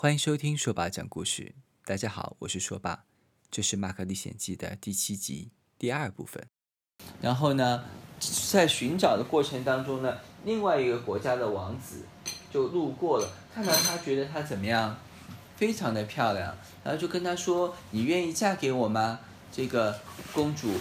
欢迎收听说爸讲故事。大家好，我是说爸，这是《马可历险记》的第7集第2部分。然后呢，在寻找的过程当中呢，另外一个国家的王子就路过了，看到他，觉得他怎么样，非常的漂亮，然后就跟他说：“你愿意嫁给我吗？”这个公主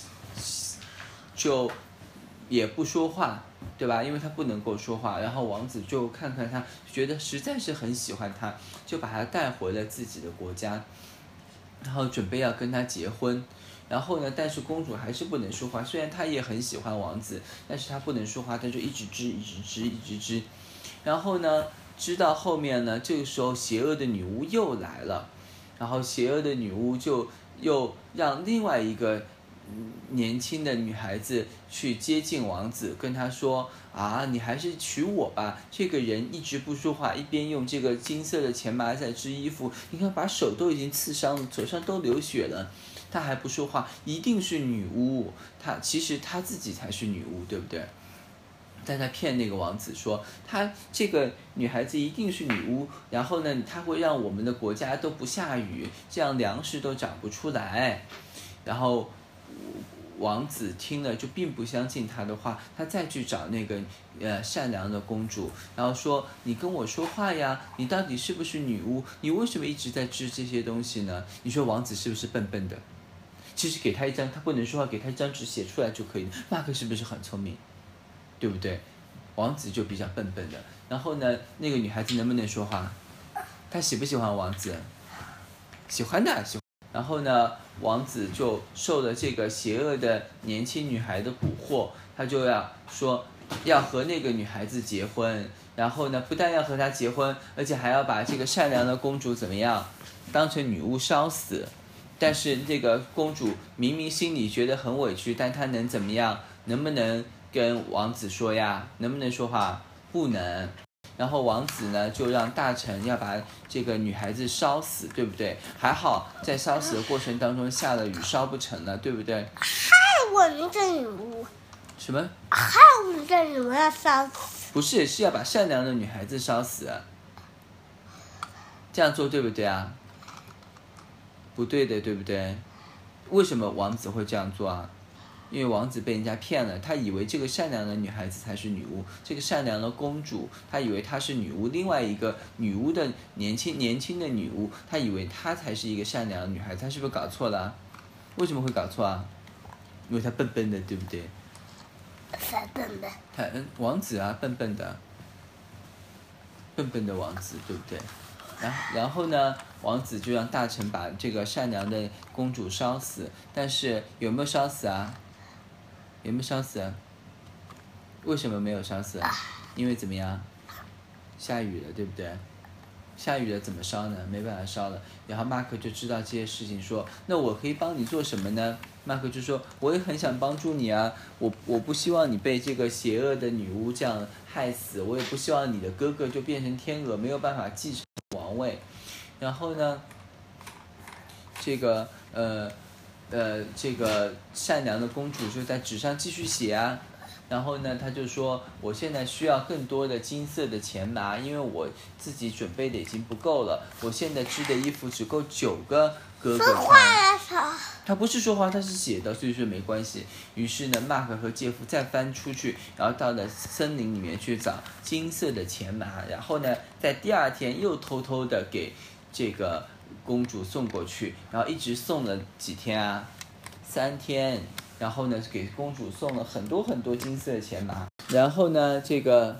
就也不说话，对吧？因为他不能够说话。然后王子就看看他，觉得实在是很喜欢他，就把他带回了自己的国家，然后准备要跟他结婚。然后呢，但是公主还是不能说话，虽然她也很喜欢王子，但是她不能说话，她就一直织。然后呢，织到后面呢，这个时候邪恶的女巫又来了，然后邪恶的女巫就又让另外一个年轻的女孩子去接近王子，跟他说：“啊，你还是娶我吧。这个人一直不说话，一边用这个金色的钱麻在织衣服，你看把手都已经刺伤了，手上都流血了，他还不说话，一定是女巫。其实他自己才是女巫，对不对？”但他骗那个王子说，他这个女孩子一定是女巫，然后呢，她会让我们的国家都不下雨，这样粮食都长不出来。然后王子听了就并不相信他的话，他再去找那个善良的公主，然后说：“你跟我说话呀，你到底是不是女巫？你为什么一直在织这些东西呢？”你说王子是不是笨笨的？其实给他一张，他不能说话，给他一张纸写出来就可以了。马克是不是很聪明？对不对？王子就比较笨笨的。然后呢，那个女孩子能不能说话？她喜不喜欢王子？喜欢的，喜欢。然后呢，王子就受了这个邪恶的年轻女孩的蛊惑，他就要说要和那个女孩子结婚。然后呢，不但要和她结婚，而且还要把这个善良的公主怎么样，当成女巫烧死。但是这个公主明明心里觉得很委屈，但她能怎么样？能不能跟王子说呀？能不能说话？不能。然后王子呢，就让大臣要把这个女孩子烧死，对不对？还好在烧死的过程当中下了雨，烧不成了，对不对？ 害我们这女巫。 什么？ 害我们这女巫要烧死？ 不是，是要把善良的女孩子烧死啊。这样做对不对啊？不对的，对不对？为什么王子会这样做啊？因为王子被人家骗了，他以为这个善良的女孩子才是女巫，这个善良的公主，他以为她是女巫，另外一个女巫的年轻的女巫，他以为她才是一个善良的女孩子，他是不是搞错了？为什么会搞错啊？因为他笨笨的，对不对？ 谁笨的？ 王子啊，笨笨的，笨笨的王子，对不对？然后呢，王子就让大臣把这个善良的公主烧死，但是有没有烧死啊？有没有烧死啊？为什么没有烧死啊？因为怎么样？下雨了，对不对？下雨了怎么烧呢？没办法烧了。然后马克就知道这些事情，说：“那我可以帮你做什么呢？”马克就说：“我也很想帮助你啊，我不希望你被这个邪恶的女巫这样害死，我也不希望你的哥哥就变成天鹅，没有办法继承王位。”然后呢，这个这个善良的公主就在纸上继续写啊。然后呢，他就说：“我现在需要更多的金色的钱麻，因为我自己准备的已经不够了。我现在织的衣服只够9个哥哥穿。” 说话的时候， 他不是说话，他是写的，所以说没关系。于是呢，马克和杰夫再翻出去，然后到了森林里面去找金色的钱麻，然后呢，在第2天又偷偷的给这个公主送过去，然后一直送了几天啊？3天。然后呢，给公主送了很多很多金色的钱麻。然后呢，这个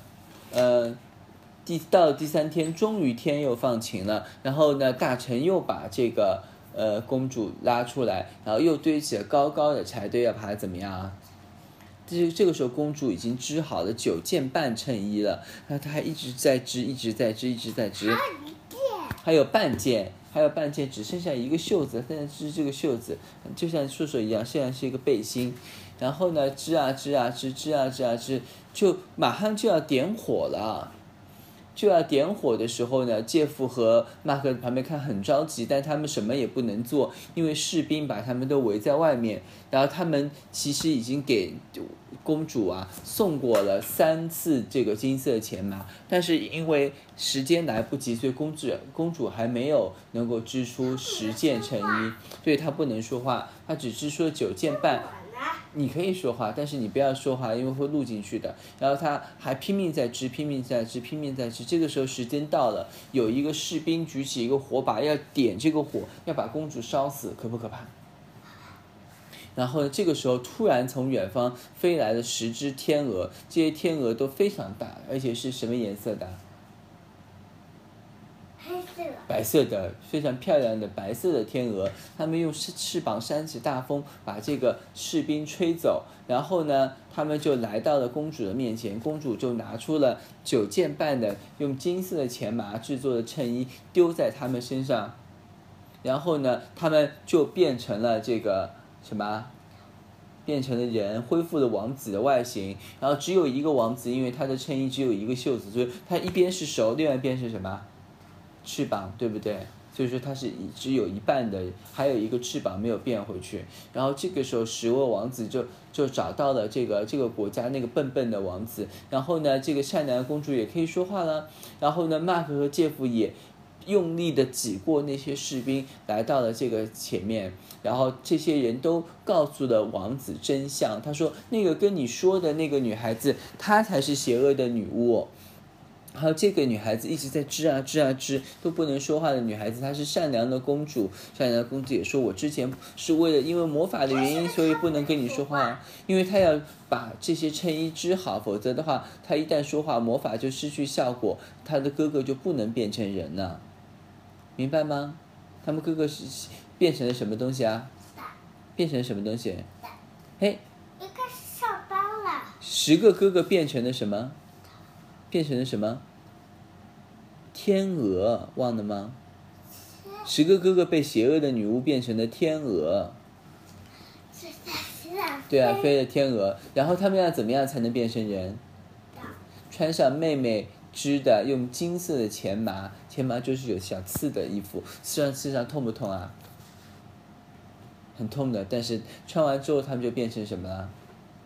到了第3天，终于天又放晴了。然后呢，大臣又把这个公主拉出来，然后又堆起了高高的柴堆，要把她怎么样啊？这个时候，公主已经织好了9件半衬衣了，那她还一直在织，一直在织。还有半件，只剩下一个袖子，现在织这个袖子，就像硕硕一样，现在是一个背心。然后呢，织，就马上就要点火了。 就要点火的时候呢，介夫和马克旁边看很着急，但他们什么也不能做，因为士兵把他们都围在外面。然后他们其实已经给公主送过了3次这个金色钱麻，但是因为时间来不及，所以公主还没有能够织出10件衬衣，所以她不能说话，她只织出了9件半。你可以说话，但是你不要说话，因为会录进去的。然后他还拼命在织。这个时候时间到了，有一个士兵举起一个火把，要点这个火，要把公主烧死，可不可怕？然后这个时候突然从远方飞来了10只天鹅，这些天鹅都非常大，而且是什么颜色的？白色的，非常漂亮的白色的天鹅，他们用翅膀扇起大风，把这个士兵吹走。然后呢，他们就来到了公主的面前，公主就拿出了9件半的用金色的钱麻制作的衬衣，丢在他们身上。然后呢，他们就变成了这个什么？变成了人，恢复了王子的外形。然后只有一个王子，因为他的衬衣只有一个袖子，所以他一边是手，另外一边是什么？翅膀，对不对？所以说它是只有一半的，还有一个翅膀没有变回去。然后这个时候10位王子就找到了这个国家那个笨笨的王子。然后呢，这个善良的公主也可以说话了。然后呢，马克和介夫也用力的挤过那些士兵，来到了这个前面。然后这些人都告诉了王子真相。他说，那个跟你说的那个女孩子，她才是邪恶的女巫。然后这个女孩子一直在织都不能说话的女孩子，她是善良的公主。善良的公主也说，我之前是为了因为魔法的原因，所以不能跟你说话，因为她要把这些衬衣织好，否则的话她一旦说话，魔法就失去效果，她的哥哥就不能变成人了，明白吗？他们哥哥是变成了什么东西啊？变成什么东西？嘿， 应该是上班了。 10个哥哥变成了什么？变成了什么？天鹅，忘了吗？10个哥哥被邪恶的女巫变成了天鹅。对啊，飞的天鹅。然后他们要怎么样才能变成人？穿上妹妹织的用金色的钱麻，钱麻就是有小刺的衣服，刺上痛不痛啊？很痛的，但是穿完之后他们就变成什么了？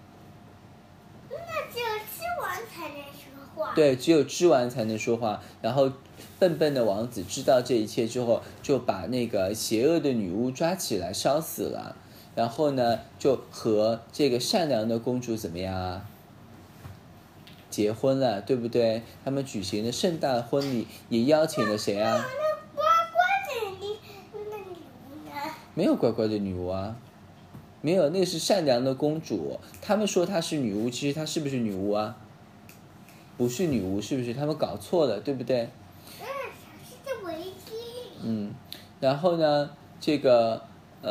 那只有织完才能说话。 对，只有织完才能说话。然后笨笨的王子知道这一切之后，就把那个邪恶的女巫抓起来烧死了。然后呢，就和这个善良的公主怎么样啊？结婚了，对不对？他们举行了盛大的婚礼，也邀请了谁啊？ 那乖乖的那女巫呢？ 没有乖乖的女巫啊，没有，那个是善良的公主。他们说她是女巫，其实她是不是女巫啊？不是女巫，是不是？他们搞错了，对不对？ 是这围巾。 然后呢，这个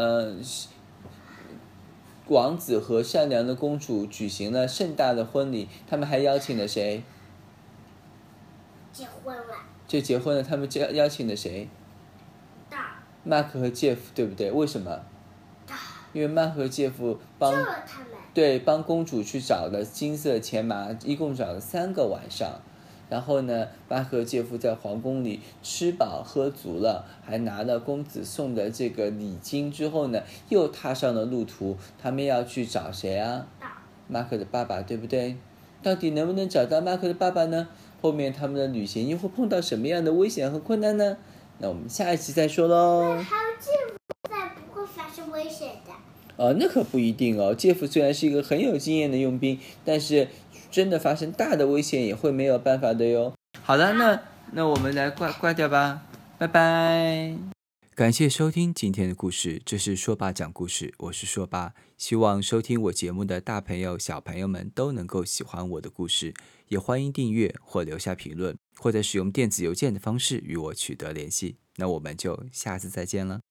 王子和善良的公主举行了盛大的婚礼，他们还邀请了谁？ 结婚了。 就结婚了，他们邀请了谁？马克和介夫，对不对？为什么？因为马克和介夫救了他们。 对，帮公主去找了金色钱麻，一共找了3个晚上。然后呢，马克和介夫在皇宫里吃饱喝足了，还拿了公子送的这个礼金之后呢，又踏上了路途。他们要去找谁啊？马克的爸爸，对不对？到底能不能找到马克的爸爸呢？后面他们的旅行又会碰到什么样的危险和困难呢？那我们下一期再说喽。 还有介夫在不会发生危险的。 那可不一定哦。介夫虽然是一个很有经验的佣兵，但是真的发生大的危险也会没有办法的哟。好了，那我们来挂掉吧，拜拜。感谢收听今天的故事，这是说爸讲故事，我是说爸。希望收听我节目的大朋友小朋友们都能够喜欢我的故事，也欢迎订阅或留下评论，或者使用电子邮件的方式与我取得联系。那我们就下次再见了。